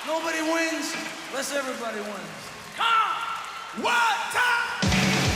Nobody wins unless everybody wins. Come! One time!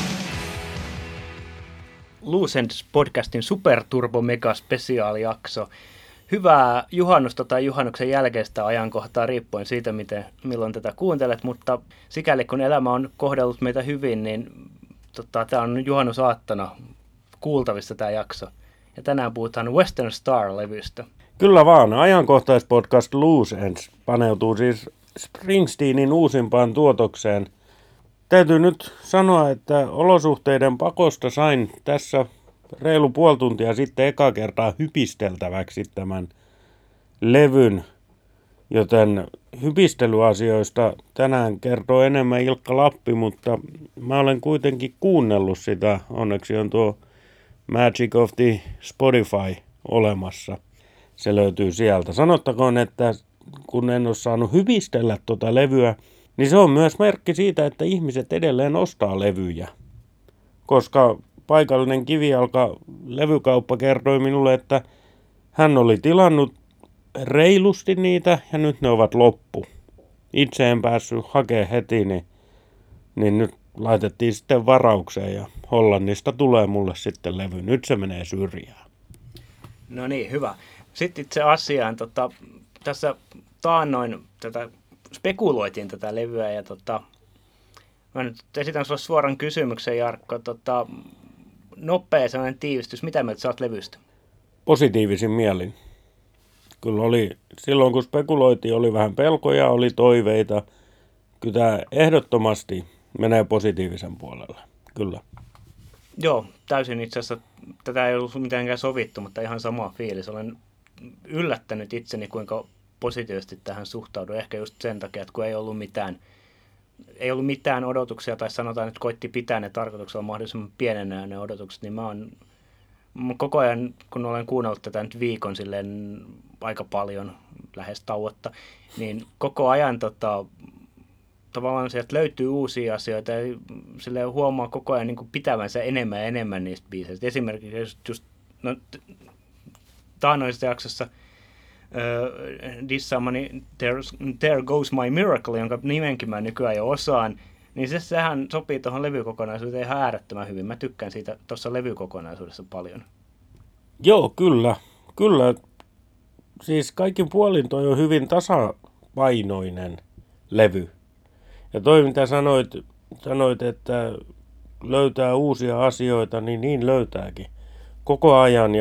Loose Ends podcastin Superturbo Mega spesiaalijakso. Hyvää juhannusta tai juhannuksen jälkeistä ajankohtaa riippuen siitä, milloin tätä kuuntelet, mutta sikäli kun elämä on kohdellut meitä hyvin, niin tämä on juhannusaattona kuultavissa tämä jakso. Ja tänään puhutaan Western Star-levystä. Kyllä vaan, ajankohtaispodcast Loose Ends paneutuu siis Springsteenin uusimpaan tuotokseen. Täytyy nyt sanoa, että olosuhteiden pakosta sain tässä reilu puoli tuntia sitten eka kertaa hypisteltäväksi tämän levyn, joten hypistelyasioista tänään kertoo enemmän Ilkka Lappi, mutta mä olen kuitenkin kuunnellut sitä. Onneksi on tuo Magic of the Spotify olemassa. Se löytyy sieltä. Sanottakoon, että kun en ole saanut hypistellä tuota levyä, niin se on myös merkki siitä, että ihmiset edelleen ostaa levyjä. Koska paikallinen kivijalka levykauppa kertoi minulle, että hän oli tilannut reilusti niitä ja nyt ne ovat loppu. Itse en päässyt hakemaan heti, niin nyt laitettiin sitten varaukseen ja Hollannista tulee mulle sitten levy. Nyt se menee syrjään. No niin, hyvä. Sitten itse asiaan. Tässä taannoin spekuloitiin tätä levyä ja mä nyt esitän sulle suoran kysymyksen, Jarkko. Nopea sellainen tiivistys. Mitä mieltä sä oot levystä? Positiivisin mielin. Kyllä oli, silloin kun spekuloitiin, oli vähän pelkoja, oli toiveita. Kyllä tämä ehdottomasti menee positiivisen puolelle. Kyllä. Joo, täysin itse asiassa. Tätä ei ollut mitenkään sovittu, mutta ihan sama fiilis. Olen yllättänyt itseni, kuinka positiivisesti tähän suhtaudun. Ehkä just sen takia, että kun ei ollut mitään odotuksia, tai sanotaan, että koitti pitää ne tarkoituksella mahdollisimman pienenä ne odotukset, niin mä oon koko ajan, kun olen kuunnellut tätä nyt viikon silleen aika paljon, lähes tauotta, niin koko ajan tavallaan sieltä löytyy uusia asioita ja silleen huomaa koko ajan niin kuin pitävänsä enemmän ja enemmän niistä biiseistä. Esimerkiksi just taannoisessa jaksossa dissaamani There Goes My Miracle, jonka nimenkin mä nykyään jo osaan, niin sehän sopii tuohon levykokonaisuuteen ihan äärettömän hyvin. Mä tykkään siitä tuossa levykokonaisuudessa paljon. Joo, kyllä. Siis kaikin puolin toi on hyvin tasapainoinen levy. Ja toi mitä sanoit, että löytää uusia asioita, niin löytääkin koko ajan.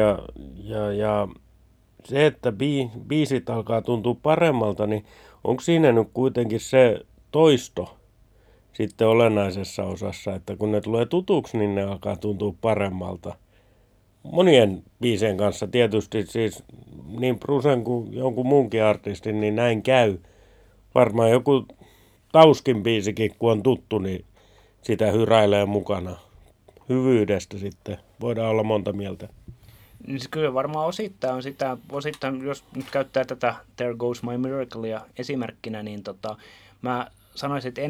Ja se, että biisit alkaa tuntua paremmalta, niin onko siinä nyt kuitenkin se toisto sitten olennaisessa osassa, että kun ne tulee tutuksi, niin ne alkaa tuntua paremmalta. Monien biisien kanssa tietysti siis niin Brucen kuin jonkun muunkin artistin, niin näin käy. Varmaan joku Tauskin biisikin, kun on tuttu, niin sitä hyräilee mukana. Hyvyydestä sitten voidaan olla monta mieltä. Niin kyllä varmaan osittain on sitä, jos nyt käyttää tätä There Goes My Miraclea esimerkkinä, niin mä sanoisin, että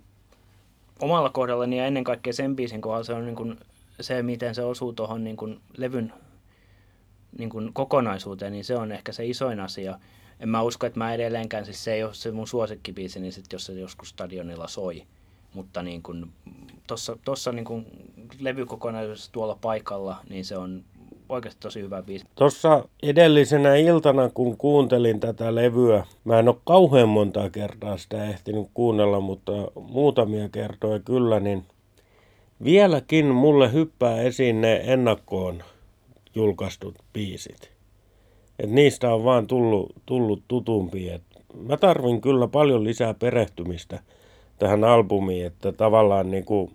omalla kohdallani ja ennen kaikkea sen biisin kohdalla se on niin kuin se, miten se osuu tuohon niin kuin levyn niin kuin kokonaisuuteen, niin se on ehkä se isoin asia. En mä usko, että mä edelleenkään, siis se ei ole se mun suosikkibiisi, niin sitten jos se joskus stadionilla soi. Mutta niin kuin tuossa niin kuin levykokonaisuudessa tuolla paikalla, niin se on oikeasti tosi hyvä biisi. Tuossa edellisenä iltana, kun kuuntelin tätä levyä, mä en ole kauhean montaa kertaa sitä ehtinyt kuunnella, mutta muutamia kertoja kyllä, niin vieläkin mulle hyppää esiin ne ennakkoon julkaistut biisit. Et niistä on vaan tullut tutumpia. Mä tarvin kyllä paljon lisää perehtymistä tähän albumiin, että tavallaan niinku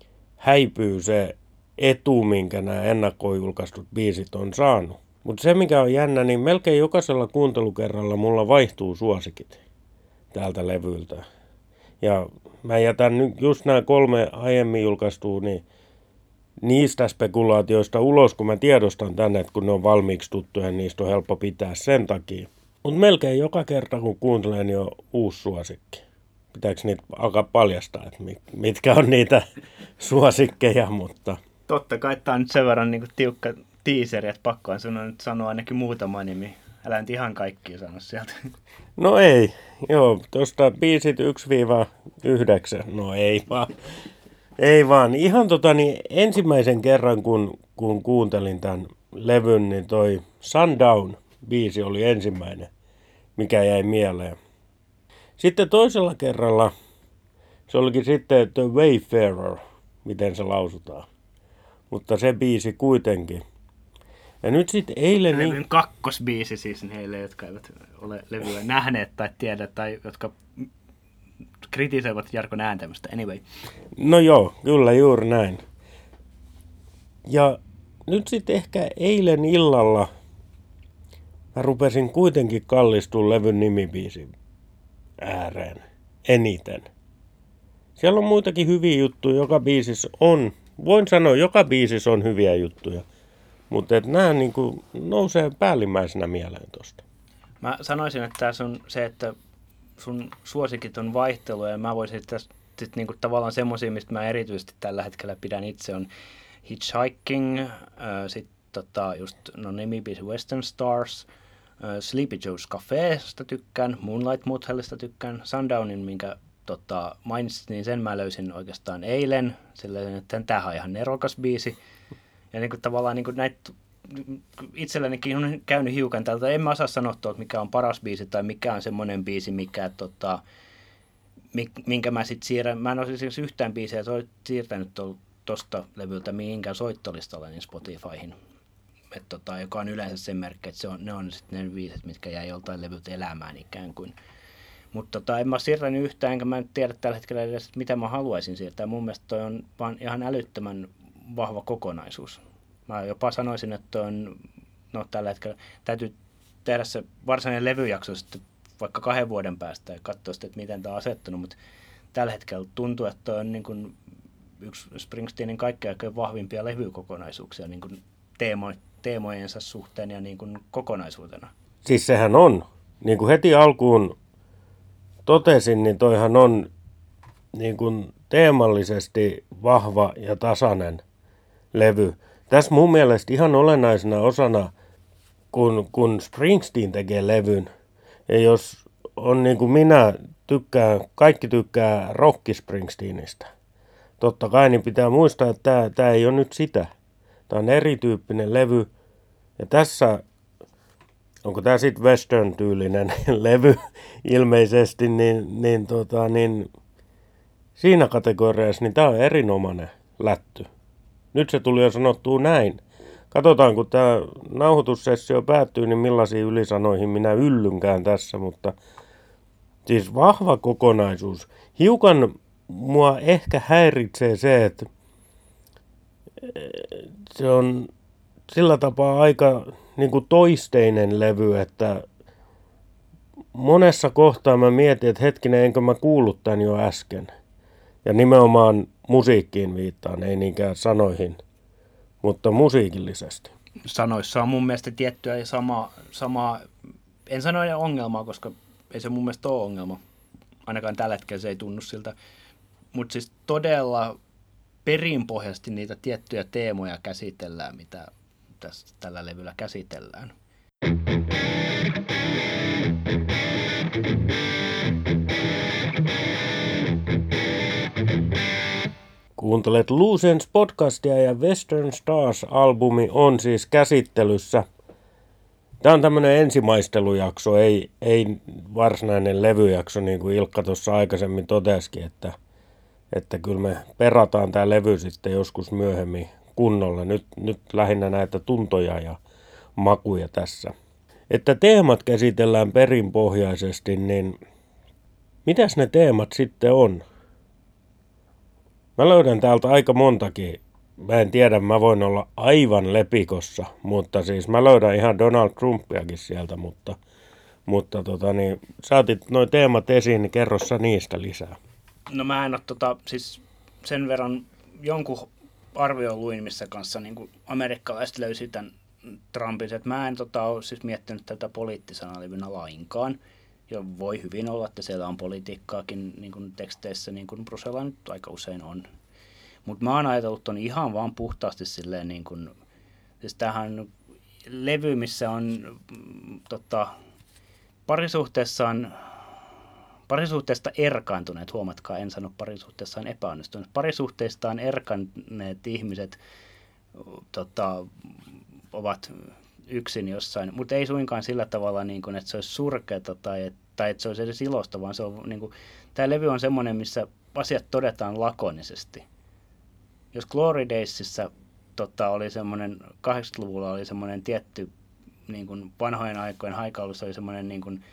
häipyy se etu, minkä nämä ennakkoon julkaistut biisit on saanut. Mutta se mikä on jännä, niin melkein jokaisella kuuntelukerralla mulla vaihtuu suosikit täältä levyltä. Ja mä jätän nyt just nämä 3 aiemmin julkaistua, niin niistä spekulaatioista ulos, kun mä tiedostan tänne, että kun ne on valmiiksi tuttuja, niin niistä on helppo pitää sen takia. Mutta melkein joka kerta, kun kuuntelen, niin on uusi suosikki. Pitääkö niitä alkaa paljastaa, että mitkä on niitä suosikkeja, mutta Totta kai tämä on nyt sen verran niin kuin tiukka tiiseri, että pakko on nyt sanoa ainakin muutama nimi. Älä nyt ihan kaikkia sano sieltä. No ei, joo, tuosta biisit 1-9, no ei vaan. Ei vaan, ihan ensimmäisen kerran kun kuuntelin tämän levyn, niin toi Sundown-biisi oli ensimmäinen, mikä jäi mieleen. Sitten toisella kerralla se olikin sitten The Wayfarer, miten se lausutaan. Mutta se biisi kuitenkin. Ja nyt sitten eilen... Levyn kakkosbiisi siis heille, jotka eivät ole levyä nähneet tai tiedä, tai jotka kritisoivat Jarkon ääntämistä. Anyway. No joo, kyllä juuri näin. Ja nyt sitten ehkä eilen illalla mä rupesin kuitenkin kallistumaan levyn nimibiisin ääreen eniten. Siellä on muitakin hyviä juttuja, joka biisissä on. Voin sanoa, joka biisissä on hyviä juttuja. Mutta nämä niinku nousee päällimmäisenä mieleen tosta. Mä sanoisin, että tässä on se, että sun suosikit on vaihtelua, ja mä voisin tästä niinku tavallaan semmoisia, mistä mä erityisesti tällä hetkellä pidän itse, on Hitchhiking, sitten just nimibiisi Western Stars, Sleepy Joe's Cafésta tykkään, Moonlight Motellista tykkään, Sundownin, minkä mainitsit, niin sen mä löysin oikeastaan eilen, silleen, että tämähän on ihan nerokas biisi. Ja niin kuin, tavallaan niin kuin näitä itsellänikin on käynyt hiukan tältä. En mä osaa sanoa tuolta, mikä on paras biisi tai mikä on semmoinen biisi, minkä mä sitten siirrän. Mä en ole siis yhtään biisiä siirtänyt tuosta levyltä mihinkään soittolistalle niin Spotifyhin. Joka on yleensä sen merkki, että ne on sitten ne biisit, mitkä jäi joltain levyltä elämään ikään kuin. Mutta en mä ole siirtänyt yhtään, enkä mä en tiedä tällä hetkellä edes, että mitä mä haluaisin siirtää. Mun mielestä toi on vaan ihan älyttömän vahva kokonaisuus. Mä jopa sanoisin, että tällä hetkellä täytyy tehdä se varsinainen levyjakso sitten vaikka 2 vuoden päästä ja katsoa sitten, että miten tämä on asettunut, mutta tällä hetkellä tuntuu, että on niin kuin yksi Springsteenin kaikkein vahvimpia levykokonaisuuksia niin kuin teemojensa suhteen ja niin kuin kokonaisuutena. Siis sehän on, niin kuin heti alkuun totesin, niin toihan on niin kuin teemallisesti vahva ja tasainen levy. Tässä mun mielestä ihan olennaisena osana, kun Springsteen tekee levyn, ja jos on niin kuin minä kaikki tykkää Rocky Springsteenistä. Totta kai niin pitää muistaa, että tämä ei ole nyt sitä. Tämä on erityyppinen levy, ja tässä, onko tämä sitten western-tyylinen levy ilmeisesti, niin siinä kategoriassa niin tämä on erinomainen lätty. Nyt se tuli jo sanottua näin. Katsotaan, kun tämä nauhoitussessio päättyy, niin millaisiin ylisanoihin minä yllynkään tässä, mutta siis vahva kokonaisuus. Hiukan mua ehkä häiritsee se, että se on sillä tapaa aika niin kuin toisteinen levy, että monessa kohtaa mä mietin, että hetkinen, enkö mä kuullut tämän jo äsken. Ja nimenomaan musiikkiin viittaan, ei niinkään sanoihin, mutta musiikillisesti. Sanoissa on mun mielestä tiettyä ja samaa, en sano ongelmaa, koska ei se mun mielestä ole ongelma. Ainakaan tällä hetkellä se ei tunnu siltä. Mutta siis todella perinpohjaisesti niitä tiettyjä teemoja käsitellään, mitä tällä levyllä käsitellään. Kuuntelet Loose Ends podcastia ja Western Stars-albumi on siis käsittelyssä. Tämä on tämmöinen ensimaistelujakso, ei varsinainen levyjakso, niin kuin Ilkka tuossa aikaisemmin totesikin, että kyllä me perataan tämä levy sitten joskus myöhemmin kunnolla. Nyt lähinnä näitä tuntoja ja makuja tässä. Että teemat käsitellään perinpohjaisesti, niin mitäs ne teemat sitten on? Mä löydän täältä aika montakin. Mä en tiedä, mä voin olla aivan lepikossa, mutta siis mä löydän ihan Donald Trumpiakin sieltä, mutta sä otit noi teemat esiin, niin kerro sä niistä lisää. No mä en ole siis sen verran jonkun arvioon luin, missä kanssa niin kuin amerikkalaiset löysi tämän Trumpin, että mä en ole siis miettinyt tätä poliittisena levynä lainkaan. Ja voi hyvin olla, että siellä on politiikkaakin niin kuin teksteissä, niin kuin Brusella nyt aika usein on. Mutta mä oon ajatellut ton ihan vaan puhtaasti silleen, niin kuin, siis tämähän levy, missä on parisuhteesta erkaantuneet, huomatkaa, en sano parisuhteessaan epäonnistuneet, parisuhteistaan erkanneet ihmiset ovat yksin jossain, mutta ei suinkaan sillä tavalla, niin kuin, että se olisi surkeata tai että se olisi edes ilosta, vaan se on, niin kuin, tämä levy on semmoinen, missä asiat todetaan lakonisesti. Jos Glory Daysissa oli semmoinen, 80-luvulla oli semmoinen tietty, niin kuin vanhojen aikojen haikailussa oli semmoinen niin kuin,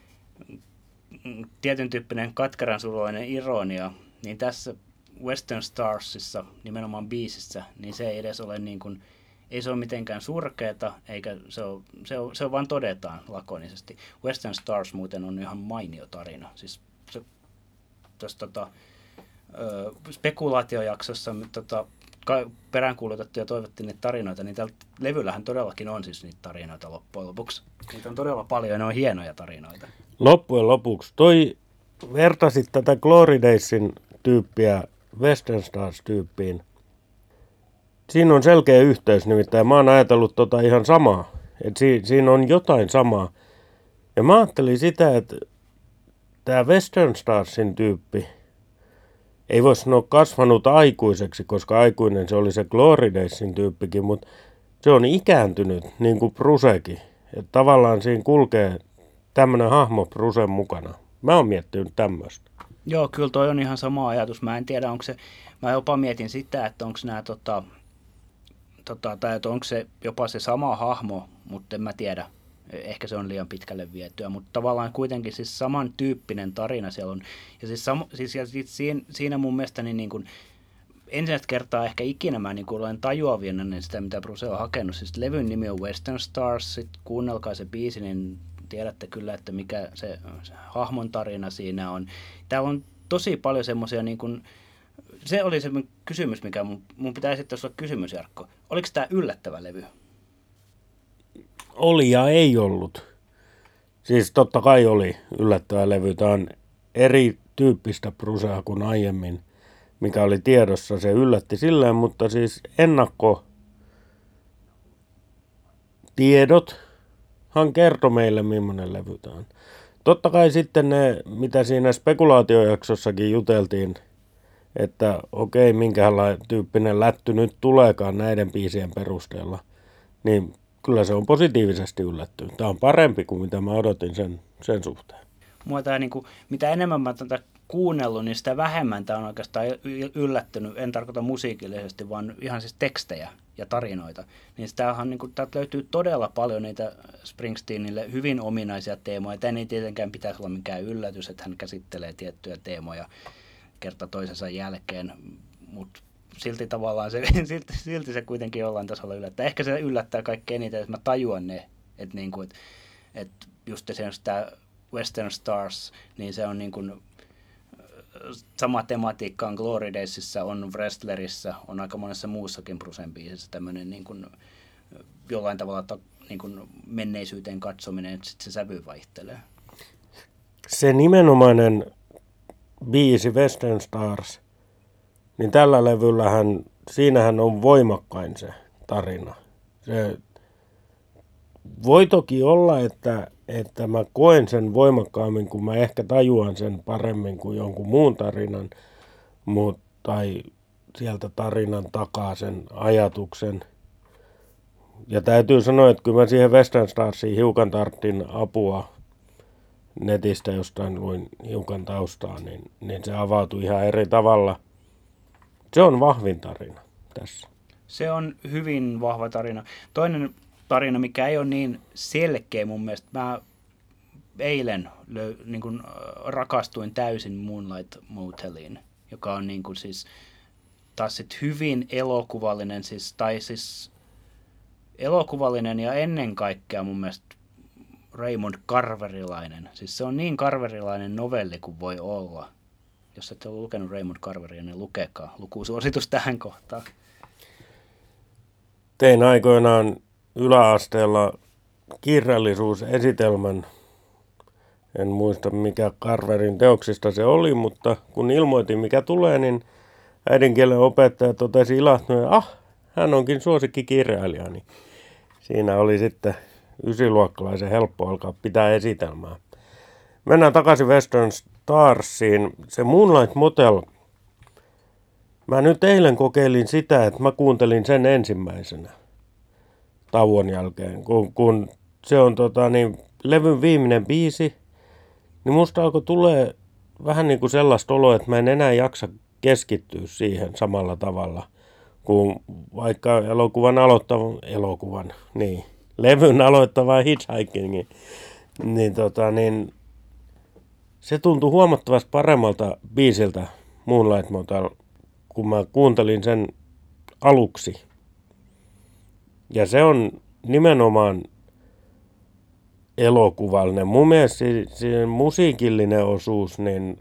tietyn tyyppinen katkeransuloinen ironia, niin tässä Western Starsissa, nimenomaan biisissä, niin se ei edes ole niin kuin, ei se ole mitenkään surkeata, eikä se on vaan todetaan lakonisesti. Western Stars muuten on ihan mainio tarina. Siis se tuossa spekulaatiojaksossa peräänkuulutettu ja toivottiin niitä tarinoita, niin tällä levyllähän todellakin on siis niitä tarinoita loppujen lopuksi. Niitä on todella paljon ja ne on hienoja tarinoita. Loppujen lopuksi, vertasit tätä Glory Daysin tyyppiä Western Stars-tyyppiin. Siinä on selkeä yhteys, nimittäin mä oon ajatellut ihan samaa, että siinä on jotain samaa. Ja mä ajattelin sitä, että tämä Western Starsin tyyppi ei voi sanoa kasvanut aikuiseksi, koska aikuinen se oli se Glory Daysin tyyppikin, mutta se on ikääntynyt niin kuin Brucekin. Että tavallaan siinä kulkee tämmöinen hahmo Brucen mukana. Mä oon miettinyt tämmöistä. Joo, kyllä toi on ihan sama ajatus. Mä en tiedä, onko se, mä jopa mietin sitä, että onko nämä tai että onko se jopa se sama hahmo, mutta en mä tiedä. Ehkä se on liian pitkälle vietyä, mutta tavallaan kuitenkin siis samantyyppinen tarina siellä on. Ja siis siinä mun mielestäni niin kuin, ensimmäistä kertaa ehkä ikinä mä niin kuin olen tajuavien sitä, mitä Bruce on hakenut. Siis levyn nimi on Western Stars, sitten kuunnelkaa se biisi, niin tiedätte kyllä, että mikä se hahmon tarina siinä on. Täällä on tosi paljon semmoisia, niin kuin, se oli se kysymys, mikä mun pitää esittää sulle kysymys, Jarkko. Oliko tämä yllättävä levy? Oli ja ei ollut. Siis totta kai oli yllättävä levy. Tämä on erityyppistä Brucea kuin aiemmin, mikä oli tiedossa. Se yllätti silleen, mutta siis ennakkotiedothan kertoi meille, millainen levy tämä on. Totta kai sitten ne, mitä siinä spekulaatiojaksossakin juteltiin, että okei, minkälainen tyyppinen lätty nyt tuleekaan näiden biisien perusteella, niin kyllä se on positiivisesti yllättynyt. Tämä on parempi kuin mitä mä odotin sen suhteen. Mua tämä, niin kuin, mitä enemmän mä tätä kuunnellut, niin sitä vähemmän tämä on oikeastaan yllättynyt. En tarkoita musiikillisesti, vaan ihan siis tekstejä ja tarinoita. Niin tämähän, niin kuin, täältä löytyy todella paljon niitä Springsteenille hyvin ominaisia teemoja. Tämä ei tietenkään pitäisi olla mikään yllätys, että hän käsittelee tiettyjä teemoja kerta toisensa jälkeen, mutta silti tavallaan silti se kuitenkin jollain tasolla yllättää. Ehkä se yllättää kaikkein eniten, että mä tajuan ne, että niinku, just esimerkiksi tämä Western Stars, niin se on niin kuin, sama tematiikka on Glory Daysissa, on Wrestlerissä, on aika monessa muussakin Brucen biisissä tämmöinen niin kuin, jollain tavalla niin kuin menneisyyteen katsominen, että sitten se sävy vaihtelee. Se nimenomainen biisi Western Stars, niin tällä levyllähän, siinähän on voimakkain se tarina. Se voi toki olla, että mä koen sen voimakkaammin, kun mä ehkä tajuan sen paremmin kuin jonkun muun tarinan, tai sieltä tarinan takaa sen ajatuksen. Ja täytyy sanoa, että kyllä mä siihen Western Starsiin hiukan tarttin apua netistä, jostain luin hiukan taustaa, niin se avautui ihan eri tavalla. Se on vahvin tarina tässä. Se on hyvin vahva tarina. Toinen tarina, mikä ei ole niin selkeä mun mielestä. Mä eilen niin kuin rakastuin täysin Moonlight Moteliin, joka on niin kuin siis taas sit hyvin elokuvallinen, siis elokuvallinen ja ennen kaikkea mun mielestä Raymond Carverilainen. Siis se on niin Carverilainen novelli kuin voi olla. Jos et ole lukenut Raymond Carveria, niin lukekaa. Lukusuositus tähän kohtaan. Tein aikoinaan yläasteella kirjallisuusesitelmän. En muista mikä Carverin teoksista se oli, mutta kun ilmoitin mikä tulee, niin äidinkielen opettaja totesi ilahtuneen, hän onkin suosikkikirjailijani. Siinä oli sitten ysiluokkalaisen helppo alkaa pitää esitelmää. Mennään takaisin Western Starsiin. Se Moonlight Motel. Mä nyt eilen kokeilin sitä, että mä kuuntelin sen ensimmäisenä tauon jälkeen. Kun se on levyn viimeinen biisi, niin musta alkoi tulee vähän niin kuin sellaista oloa, että mä en enää jaksa keskittyä siihen samalla tavalla kuin vaikka levyn aloittava Hitchhikingin. Niin se tuntui huomattavasti paremmalta biisiltä Moonlight Motel, kun mä kuuntelin sen aluksi. Ja se on nimenomaan elokuvallinen. Mun mielestä se musiikillinen osuus, niin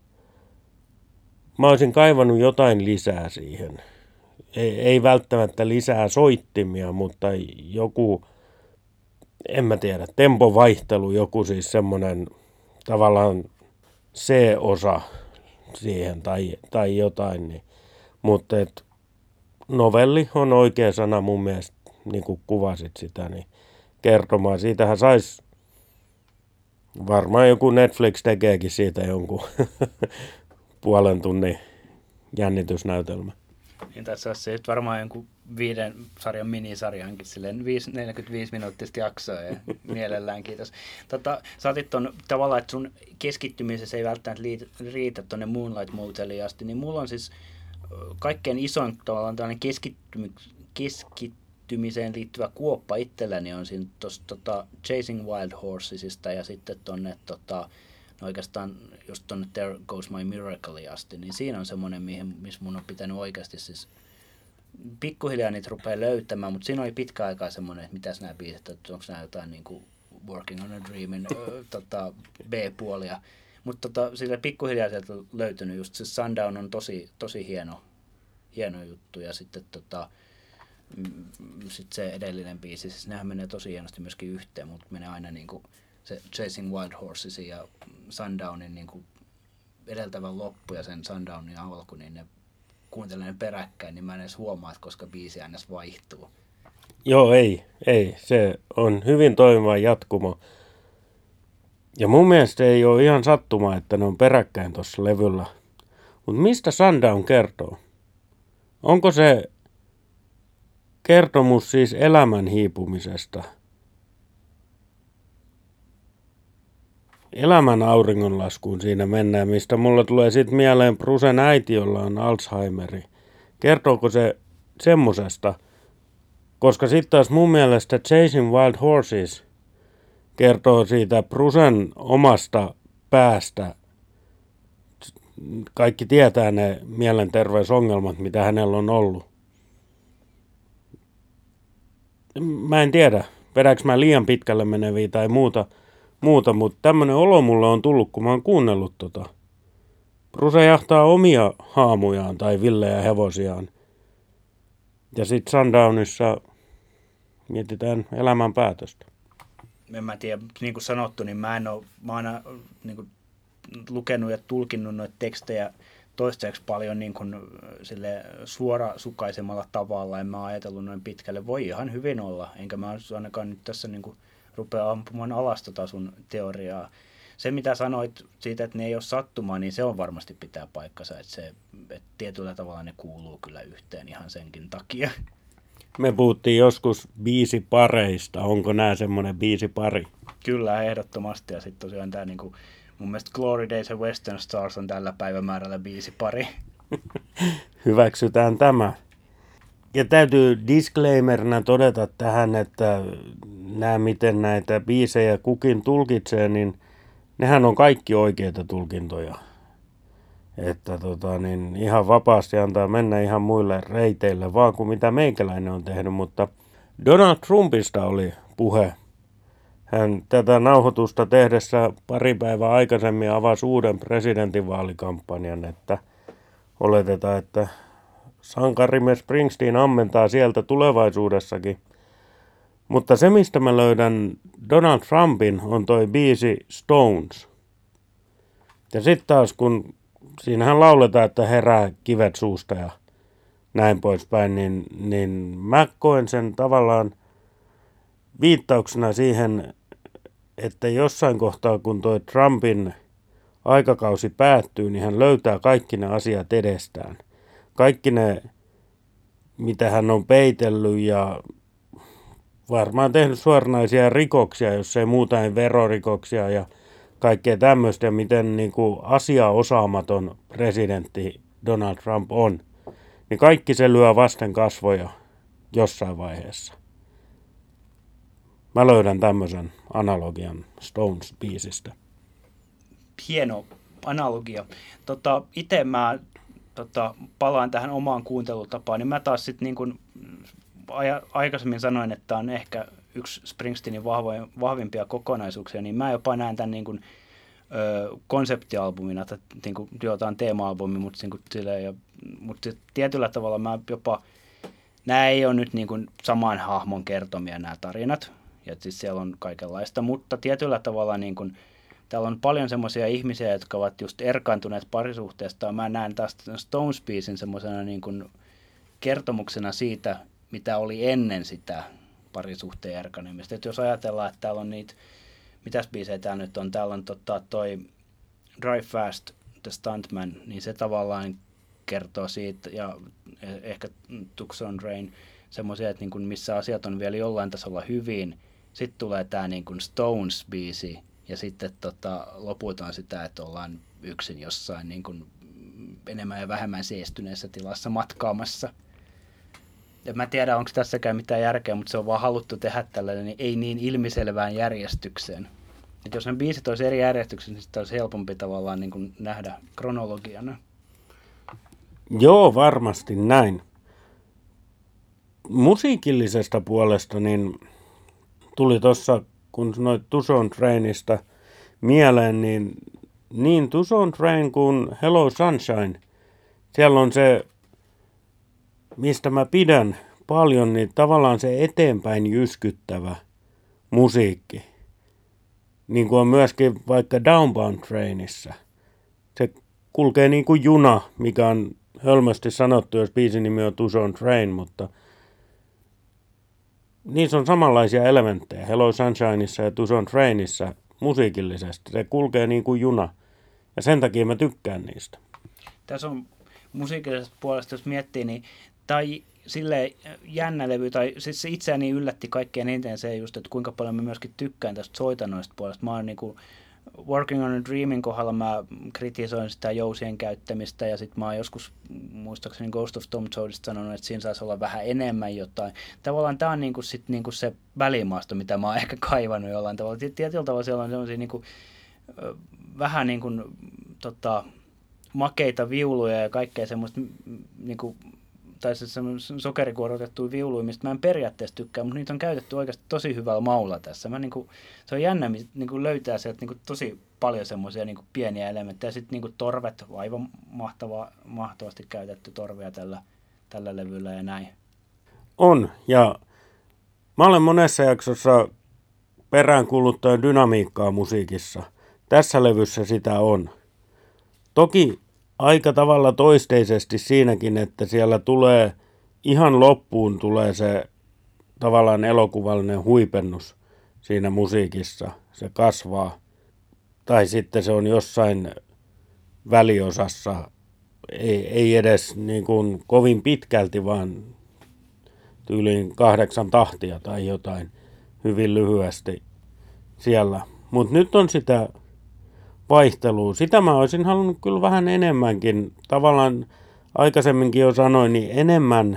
mä olisin kaivannut jotain lisää siihen. Ei välttämättä lisää soittimia, mutta joku, en mä tiedä, tempovaihtelu, joku siis semmoinen tavallaan C-osa siihen tai jotain. Niin. Mutta novelli on oikea sana mun mielestä, niin kuin kuvasit sitä, niin kertomaan. Siitähän saisi, varmaan joku Netflix tekeekin siitä jonkun puolen tunnin jännitysnäytelmä. Niin tässä olisi se varmaan jonkun 5 sarjan minisarjankin, silleen 45 minuuttista jaksoa ja mielellään kiitos. Sä otit ton tavallaan, että sun keskittymisessä ei välttämättä riitä tuonne Moonlight Moteliin asti, niin mulla on siis kaikkein isoin tavallaan tällainen keskittymiseen liittyvä kuoppa itselläni on siinä tuosta Chasing Wild Horsesista ja sitten tuonne oikeastaan just tuonne There Goes My Miracle asti, niin siinä on semmoinen, missä mun on pitänyt oikeasti siis pikkuhiljaa niitä rupeaa löytämään, mutta siinä oli pitkä aikaa semmoinen, että mitäs nämä biisit, että onko nämä jotain niin kuin Working on a Dreamin B-puolia, mutta sillä pikkuhiljaa sieltä on löytynyt just se Sundown on tosi hieno juttu ja sitten sit se edellinen biisi, siis nehän menee tosi hienosti myöskin yhteen, mutta menee aina niin kuin se Chasing Wild Horsesin ja Sundownin niin kuin edeltävän loppu ja sen Sundownin alku, niin ne kuuntelen ne peräkkäin, niin mä en edes huomaa, että koska biisi aina vaihtuu. Joo, ei. Se on hyvin toimiva jatkumo. Ja mun mielestä ei ole ihan sattuma, että ne on peräkkäin tuossa levyllä. Mutta mistä Sundown kertoo? Onko se kertomus siis elämän hiipumisesta? Elämän auringonlaskuun siinä mennään, mistä mulla tulee sitten mieleen Brucen äiti, jolla on Alzheimeri. Kertooko se semmosesta? Koska sitten taas mun mielestä Chasing Wild Horses kertoo siitä Brucen omasta päästä. Kaikki tietää ne mielenterveysongelmat, mitä hänellä on ollut. Mä en tiedä, vedäks mä liian pitkälle meneviä tai muuta, mutta tämmönen olo mulle on tullut, kun mä oon kuunnellut tota. Bruce jahtaa omia haamujaan tai villejä hevosiaan. Ja sit Sundownissa mietitään elämän päätöstä. En mä tiedä, niin kuin sanottu, niin mä oon aina niin kuin lukenut ja tulkinnut noita tekstejä toistaiseksi paljon niin kuin sille suorasukaisemmalla tavalla. En mä ajatellut noin pitkälle. Voi ihan hyvin olla, enkä mä ainakaan nyt tässä niin kuin rupea ampumaan alas tota sun teoriaa. Se, mitä sanoit siitä, että ne ei ole sattumaa, niin se on varmasti pitää paikkansa. Että tietyllä tavalla ne kuuluu kyllä yhteen ihan senkin takia. Me puhuttiin joskus biisipareista. Onko nämä semmoinen biisipari? Kyllä, ehdottomasti. Ja sitten tosiaan tämä niinku, mun mielestä Glory Days ja Western Stars on tällä päivämäärällä biisipari. Hyväksytään tämä. Ja täytyy disclaimerina todeta tähän, että nämä miten näitä biisejä kukin tulkitsee, niin nehän on kaikki oikeita tulkintoja. Että niin ihan vapaasti antaa mennä ihan muille reiteille, vaan kuin mitä meikäläinen on tehnyt. Mutta Donald Trumpista oli puhe. Hän tätä nauhoitusta tehdessä pari päivää aikaisemmin avasi uuden presidentinvaalikampanjan, että oletetaan, että sankarimme Springsteen ammentaa sieltä tulevaisuudessakin. Mutta se, mistä mä löydän Donald Trumpin, on toi biisi Stones. Ja sitten taas, kun siinähän lauletaan, että herää kivet suusta ja näin poispäin, niin mä koen sen tavallaan, viittauksena siihen, että jossain kohtaa, kun tuo Trumpin aikakausi päättyy, niin hän löytää kaikki ne asiat edestään. Kaikki ne, mitä hän on peitellyt ja varmaan tehnyt suoranaisia rikoksia, jos ei muuta, niin verorikoksia ja kaikkea tämmöistä, miten niin kuin asiaosaamaton presidentti Donald Trump on, niin kaikki se lyö vasten kasvoja jossain vaiheessa. Mä löydän tämmöisen analogian Stones-biisistä. Hieno analogia. Itse mä palaan tähän omaan kuuntelutapaan, niin mä taas sitten niin kuin aikaisemmin sanoin, että on ehkä yksi Springsteenin vahvimpia kokonaisuuksia, niin mä jopa näen tämän niin kuin, konseptialbumina, että niin kuin, tämä on teema-albumi, mutta tietyllä tavalla mä jopa, nämä ei ole nyt niin kuin saman hahmon kertomia nämä tarinat, ja siis siellä on kaikenlaista, mutta tietyllä tavalla niin kuin, täällä on paljon semmoisia ihmisiä, jotka ovat just erkaantuneet parisuhteesta. Mä näen taas Stones-biisin semmoisena niin kuin kertomuksena siitä, mitä oli ennen sitä parisuhteen erkanemista. Et jos ajatellaan, että täällä on niitä, mitäs biisejä täällä nyt on, täällä on toi Drive Fast, The Stuntman, niin se tavallaan kertoo siitä, ja ehkä Tucson Rain, semmoisia, että niin kuin missä asiat on vielä jollain tasolla hyvin. Sitten tulee tämä niin kuin Stones-biisi, ja sitten loput on sitä, että ollaan yksin jossain niin kuin enemmän ja vähemmän siestyneessä tilassa matkaamassa. Ja mä tiedän, onko tässäkään mitään järkeä, mutta se on vaan haluttu tehdä tällainen niin ei niin ilmiselvään järjestykseen. Et jos ne biisit olisi eri järjestyksessä, niin sitä olisi helpompi tavallaan niin kuin nähdä kronologiana. Joo, varmasti näin. Musiikillisesta puolesta niin tuli tuossa, kun sanoit Tucson Trainista mieleen, niin Tucson Train kuin Hello Sunshine, siellä on se, mistä mä pidän paljon, niin tavallaan se eteenpäin jyskyttävä musiikki. Niin kuin on myöskin vaikka Downbound Trainissa. Se kulkee niin kuin juna, mikä on hölmösti sanottu, jos biisin nimi on Tucson Train, mutta niissä on samanlaisia elementtejä Hello Sunshineissa ja Tucson Trainissa musiikillisesti. Se kulkee niin kuin juna. Ja sen takia mä tykkään niistä. Tässä on musiikillisesta puolesta, jos miettii, niin tai silleen jännä levy, tai siis se itseäni yllätti kaikkein eniten se just, että kuinka paljon mä myöskin tykkään tästä soitanoista puolesta. Mä oon niinku Working on a Dreamin kohdalla mä kritisoin sitä jousien käyttämistä, ja sitten mä oon joskus muistaakseni Ghost of Tom Joadista sanonut, että siinä saisi olla vähän enemmän jotain. Tavallaan tää on niinku sit niinku se välimaasto, mitä mä oon ehkä kaivannut jollain tavalla. Tietyllä tavalla siellä on sellaisia niinku, vähän niinku, makeita viuluja ja kaikkea semmoista niinku, tai se sokerikuorotettuja viuluja, mistä mä en periaatteessa tykkää, mutta niitä on käytetty oikeasti tosi hyvällä maulla tässä. Se on jännä, niin löytää sieltä niin tosi paljon semmoisia niin pieniä elementtejä. Sitten niin torvet, aivan mahtavasti käytetty torvia tällä levyllä ja näin. On, ja mä olen monessa jaksossa peräänkuuluttanut dynamiikkaa musiikissa. Tässä levyssä sitä on. Toki aika tavalla toisteisesti siinäkin, että siellä tulee ihan loppuun tulee se tavallaan elokuvallinen huipennus siinä musiikissa. Se kasvaa. Tai sitten se on jossain väliosassa, ei edes niin kuin kovin pitkälti, vaan tyyliin 8 tahtia tai jotain hyvin lyhyesti siellä. Mutta nyt on sitä vaihtelua. Sitä mä olisin halunnut kyllä vähän enemmänkin. Tavallaan aikaisemminkin jo sanoin, niin enemmän,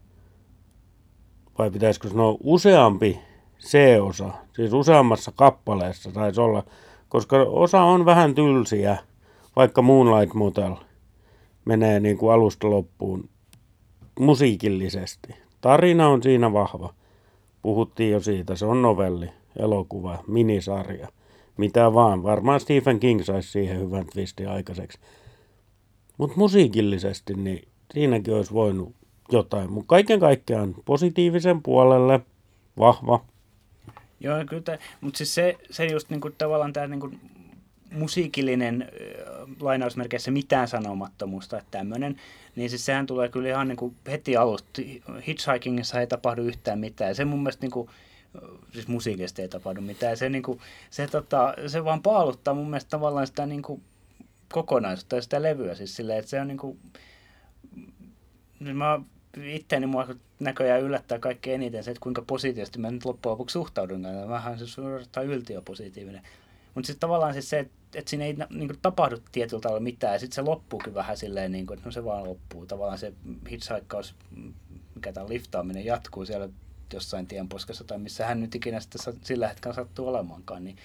vai pitäisikö sanoa useampi C-osa, siis useammassa kappaleessa saisi olla, koska osa on vähän tylsiä, vaikka Moonlight Motel menee niin kuin alusta loppuun musiikillisesti. Tarina on siinä vahva. Puhuttiin jo siitä, se on novelli, elokuva, minisarja. Mitä vaan. Varmaan Stephen King saisi siihen hyvän twistin aikaiseksi. Mutta musiikillisesti, niin siinäkin olisi voinut jotain. Mutta kaiken kaikkiaan positiivisen puolelle vahva. Joo, kyllä. Mutta siis se just niinku, tavallaan tämä niinku, musiikillinen lainausmerkeissä mitään sanomattomuus tai tämmöinen, niin siis sehän tulee kyllä ihan niinku heti alusta. Hitchhikingissa ei tapahdu yhtään mitään. Ja se mun mielestä niinku, siis musiikista ei tapahdu mitään. Se vaan paaluttaa mun mielestä tavallaan sitä niin kuin kokonaisuutta ja sitä levyä. Siis silleen, että se on niin kuin, itseäni mua näköjään yllättää kaikkein eniten se, että kuinka positiivisesti mä nyt loppujen lopuksi suhtaudun. Vähän se suorastaan yltiöpositiivinen. Mutta sitten tavallaan siis se, että siinä ei niin kuin tapahdu tietyllä tavalla mitään, ja sitten se loppuukin vähän silleen, niin kuin, että no se vaan loppuu. Tavallaan se hitchhaikkaus, mikä tämä liftaaminen jatkuu siellä jossain tienposkassa, tai missä hän nyt ikinä sitten sillä hetkellä sattuu olemaankaan. Niin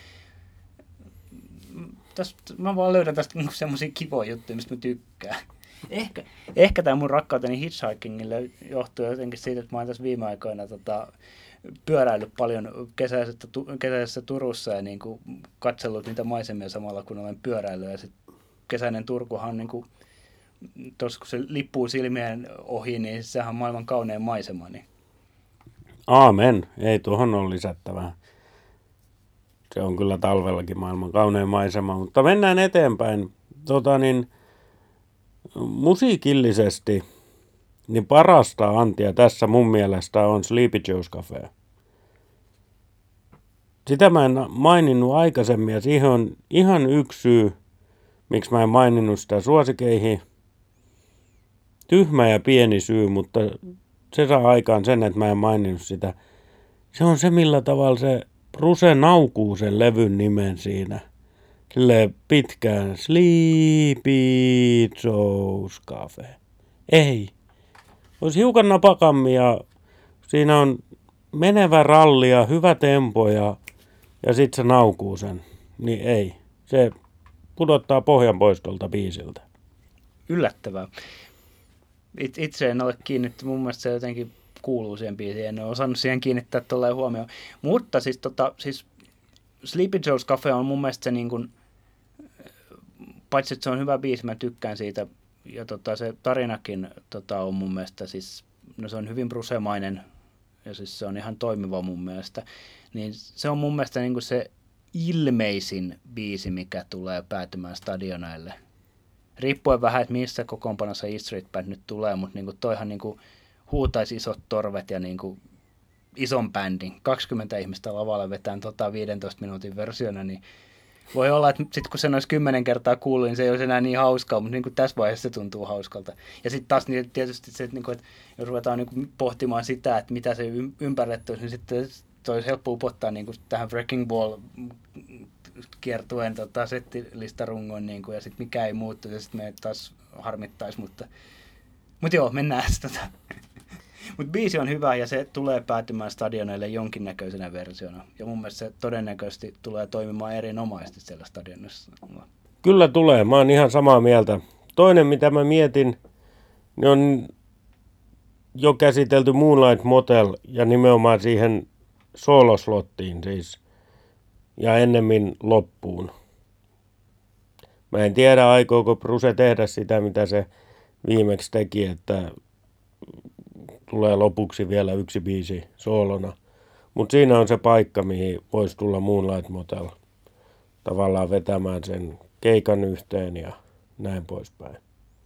mä vaan löydän tästä niin semmoisia kivoja juttuja, mistä mä tykkään. Ehkä tämä mun rakkauteni hitchhikingille johtuu jotenkin siitä, että mä oon tässä viime aikoina pyöräillyt paljon kesäisessä Turussa ja niin kuin katsellut niitä maisemia samalla, kun olen pyöräillyt. Ja sitten kesäinen Turkuhan on niin kuin, tuossa kun se lippuu silmien ohi, niin sehän on maailman kaunein maisema. Niin. Aamen. Ei tuohon ole lisättävää. Se on kyllä talvellakin maailman kaunein maisema, mutta mennään eteenpäin. Musiikillisesti niin parasta antia tässä mun mielestä on Sleepy Joe's Cafe. Sitä mä en maininnut aikaisemmin ja siihen on ihan yksi syy, miksi mä en maininnut sitä suosikeihin. Tyhmä ja pieni syy, mutta se saa aikaan sen, että mä en maininnut sitä. Se on se, millä tavalla se Bruce naukuu sen levyn nimen siinä. Silleen pitkään Sleepy Joe's Cafe. Ei. Olisi hiukan napakammin ja siinä on menevä ralli ja hyvä tempo ja sitten se naukuu sen. Niin ei. Se pudottaa pohjan pois tuolta biisiltä. Sleepy. Itse en ole kiinnittänyt, mun mielestä se jotenkin kuuluu siihen biisiin, en ole osannut siihen kiinnittää tolleen huomioon. Mutta siis Sleepy Joe's Cafe on mun mielestä se niin kuin, paitsi että se on hyvä biisi, mä tykkään siitä, ja se tarinakin on mun mielestä siis, no se on hyvin brusemainen, ja siis se on ihan toimiva mun mielestä, niin se on mun mielestä niin kuin se ilmeisin biisi, mikä tulee päätymään stadioneille. Riippuen vähän, että missä kokoonpanossa E Street Band nyt tulee, mutta niin kuin toihan niin kuin huutaisi isot torvet ja niin kuin ison bändin. 20 ihmistä lavalla vetään 15 minuutin versiona, niin voi olla, että sitten kun sen olisi 10 kertaa kuullut, niin se ei olisi enää niin hauskaa, mutta niin kuin tässä vaiheessa se tuntuu hauskalta. Ja sitten taas niin tietysti se, että jos ruvetaan niin pohtimaan sitä, että mitä se ympärille olisi, niin sitten se olisi helppo upottaa niin kuin tähän Wrecking Ball kiertueen settilistarungon, niin kuin, ja sitten mikä ei muuttu, ja sitten me taas harmittaisi, mutta joo, mennään sitten. Mutta biisi on hyvä ja se tulee päätymään stadioneille jonkinnäköisenä versiona. Ja mun mielestä se todennäköisesti tulee toimimaan erinomaisesti siellä stadionissa. Kyllä tulee, mä oon ihan samaa mieltä. Toinen mitä mä mietin, niin on jo käsitelty Moonlight Motel ja nimenomaan siihen sooloslottiin siis. Ja ennemmin loppuun. Mä en tiedä aikooko Bruce tehdä sitä mitä se viimeksi teki, että tulee lopuksi vielä yksi biisi soolona. Mutta siinä on se paikka, mihin voisi tulla Moonlight Motel tavallaan vetämään sen keikan yhteen ja näin poispäin.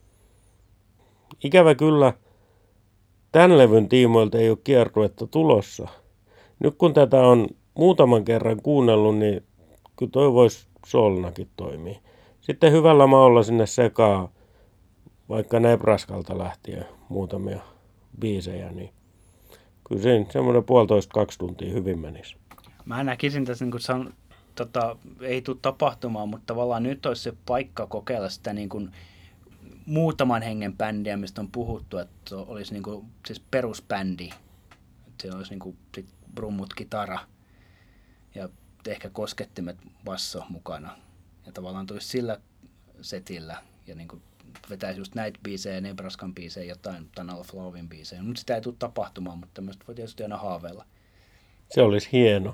Ikävä kyllä, tämän levyn tiimoilta ei ole kiertuetta tulossa. Nyt kun tätä on muutaman kerran kuunnellut, niin kyllä toi voisi soolonakin toimia. Sitten hyvällä maalla sinne sekaan, vaikka Nebraskalta lähtien muutamia biisejä, niin kyllä siinä semmoinen 1,5–2 tuntia hyvin menisi. Mä näkisin tässä, niin kuin ei tule tapahtumaan, mutta tavallaan nyt olisi se paikka kokeilla sitä niin kuin muutaman hengen bändiä, mistä on puhuttu, että olisi niin kuin, siis perusbändi. Että siellä olisi niin kuin, sit brummut, kitara ja ehkä koskettimet, basso mukana. Ja tavallaan tulisi sillä setillä ja niin kuin vetäisi just näitä biisejä, Nebraskan biisejä, jotain Tunnel of Lovein biisejä. Mutta sitä ei tule tapahtumaan, mutta tämmöistä voi tietysti aina haaveilla. Se olisi hieno.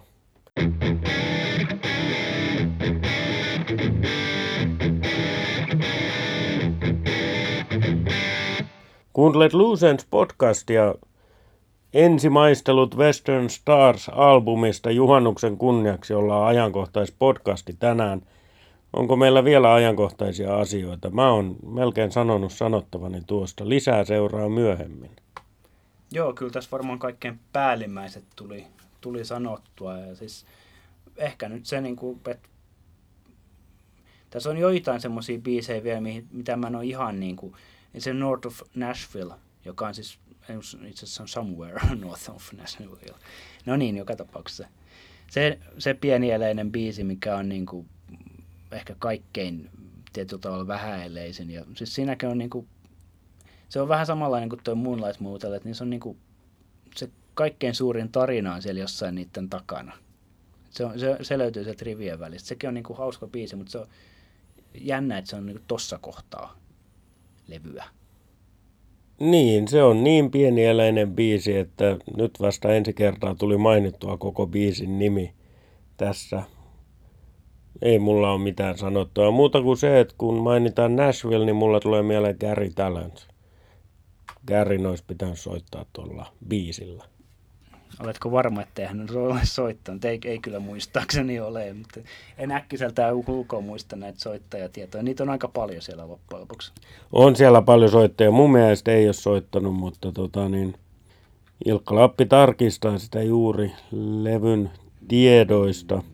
Kuuntelet Loose Ends podcastia. Ensimaistelut Western Stars-albumista juhannuksen kunniaksi ollaan ajankohtaispodcasti tänään. Onko meillä vielä ajankohtaisia asioita? Mä oon melkein sanonut sanottavani tuosta. Lisää seuraa myöhemmin. Joo, kyllä tässä varmaan kaikkein päällimmäiset tuli sanottua. Ja siis ehkä nyt se, niin kuin, että tässä on joitain semmoisia biisejä vielä, mitä mä en ole ihan niin kuin, se North of Nashville, joka on siis itse asiassa on Somewhere North of Nashville. No niin, joka tapauksessa. Se pienieleinen biisi, mikä on niin kuin ehkä kaikkein tietyllä tavalla vähäileisin. Ja siis siinäkin on niin kuin, se on vähän samanlainen kuin tuo Moonlight Motel, niin se on niin kuin, se kaikkein suurin tarina on siellä jossain niiden takana. Se löytyy sieltä rivien välistä. Sekin on niin kuin hauska biisi, mutta se on jännä, että se on niin kuin tossa kohtaa levyä. Niin, se on niin pienieleinen biisi, että nyt vasta ensi kertaa tuli mainittua koko biisin nimi tässä. Ei mulla ole mitään sanottua. Muuta kuin se, että kun mainitaan Nashville, niin mulla tulee mieleen Gary Talent. Garin olisi pitänyt soittaa tuolla biisillä. Oletko varma, ettei hän ole soittanut? Ei kyllä muistaakseni ole, mutta en äkkiseltään ulkoa muista näitä soittajatietoja. Niitä on aika paljon siellä loppujen lopuksi. On siellä paljon soittajia. Mun mielestä ei ole soittanut, mutta Ilkka Lappi tarkistaa sitä juuri levyn tiedoista.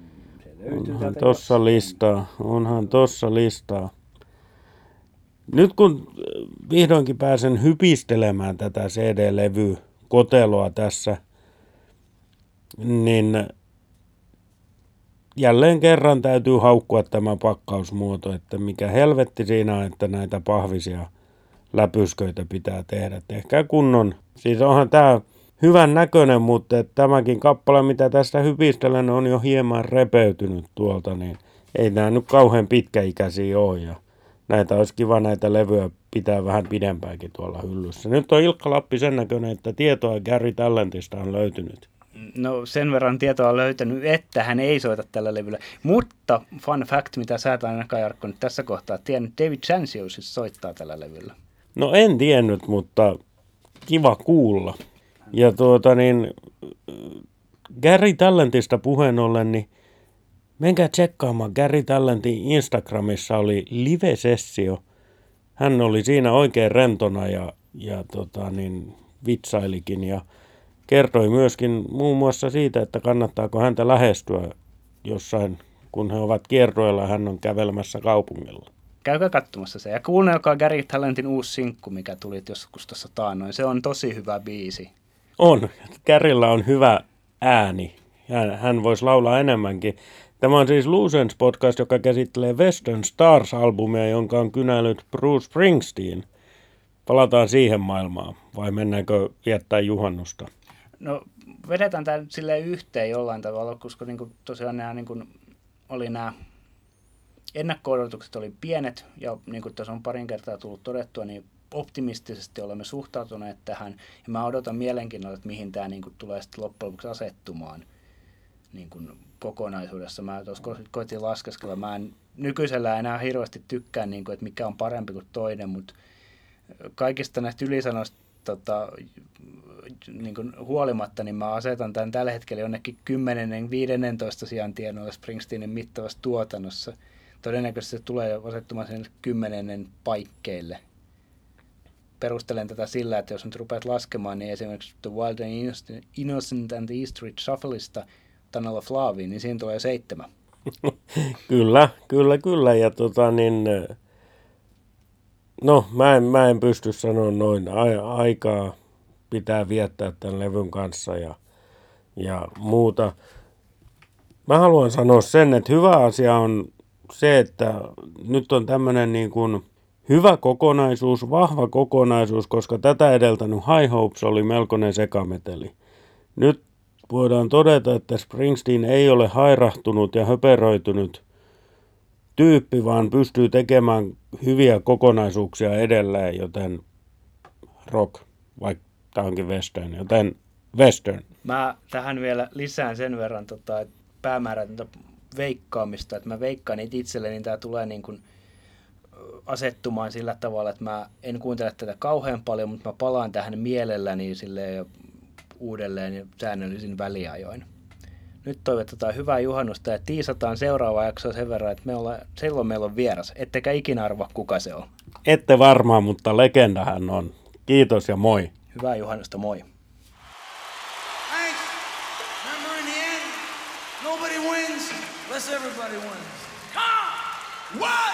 Onhan tossa listaa. Nyt kun vihdoinkin pääsen hypistelemään tätä CD-levykoteloa tässä, niin jälleen kerran täytyy haukkua tämä pakkausmuoto, että mikä helvetti siinä on, että näitä pahvisia läpysköitä pitää tehdä. Tehkää kunnon. Siis onhan tämä hyvän näköinen, mutta tämäkin kappale, mitä tästä hypistelen, on jo hieman repeytynyt tuolta, niin ei nämä nyt kauhean pitkäikäisiä ole. Ja näitä olisi kiva näitä levyjä pitää vähän pidempäänkin tuolla hyllyssä. Nyt on Ilkka Lappi sen näköinen, että tietoa Gary Talentista on löytynyt. No sen verran tietoa on löytänyt, että hän ei soita tällä levyllä. Mutta fun fact, mitä sä et ainakaan Jarkko nyt tässä kohtaa tiennyt, David Chancio siis soittaa tällä levyllä. No en tiennyt, mutta kiva kuulla. Ja Gary Talentista puheen ollen, niin menkää tsekkaamaan. Gary Talentin Instagramissa oli live-sessio. Hän oli siinä oikein rentona ja vitsailikin ja kertoi myöskin muun muassa siitä, että kannattaako häntä lähestyä jossain, kun he ovat kierroilla ja hän on kävelemässä kaupungilla. Käykää katsomassa se ja kuunnelkaa Gary Talentin uusi sinkku, mikä tuli joskus tuossa taannoin. Se on tosi hyvä biisi. On. Garylla on hyvä ääni. Hän voisi laulaa enemmänkin. Tämä on siis Loose Ends podcast, joka käsittelee Western Stars-albumia, jonka on kynäillyt Bruce Springsteen. Palataan siihen maailmaan, vai mennäänkö viettää juhannusta? No vedetään tämä silleen yhteen jollain tavalla, koska niinku, tosiaan nämä ennakko-odotukset oli pienet, ja niin kuin tässä on parin kertaa tullut todettua, niin optimistisesti olemme suhtautuneet tähän, ja mä odotan mielenkiinnolla, että mihin tämä niin kuin tulee sitten loppujen lopuksi asettumaan niin kuin kokonaisuudessa. Mä tuossa koitin laskeskella, mä en nykyisellä enää hirveästi tykkää, niin kuin, että mikä on parempi kuin toinen, mutta kaikista näistä ylisanoista niin kuin huolimatta, niin mä asetan tämän tällä hetkellä jonnekin 10-15 sijaan tienoilla Springsteenin mittavassa tuotannossa. Todennäköisesti se tulee asettumaan sen 10 paikkeille. Perustelen tätä sillä, että jos nyt rupeat laskemaan, niin esimerkiksi The Wild and Innocent and the East Street Shuffleista Tunnel of Loveen, niin siinä tulee 7. Kyllä. Ja no mä en pysty sanoa noin. Aikaa pitää viettää tämän levyn kanssa ja muuta. Mä haluan sanoa sen, että hyvä asia on se, että nyt on tämmöinen niin kuin hyvä kokonaisuus, vahva kokonaisuus, koska tätä edeltänyt High Hopes oli melkoinen sekameteli. Nyt voidaan todeta, että Springsteen ei ole hairahtunut ja höperöitynyt tyyppi, vaan pystyy tekemään hyviä kokonaisuuksia edelleen, joten rock, vaikka tämä onkin western, joten western. Mä tähän vielä lisään sen verran päämäärätöntä veikkaamista, että mä veikkaan niitä itselleni, niin tää tulee niin kuin asettumaan sillä tavalla, että mä en kuuntele tätä kauhean paljon, mutta mä palaan tähän mielelläni silleen uudelleen ja säännöllisin väliajoin. Nyt toivotetaan hyvää juhannusta ja tiisataan seuraavaa jaksoa sen verran, että silloin meillä on vieras. Ettekä ikinä arva, kuka se on. Ette varmaan, mutta legendahan on. Kiitos ja moi. Hyvää juhannusta, moi. Thanks. ones. Come! What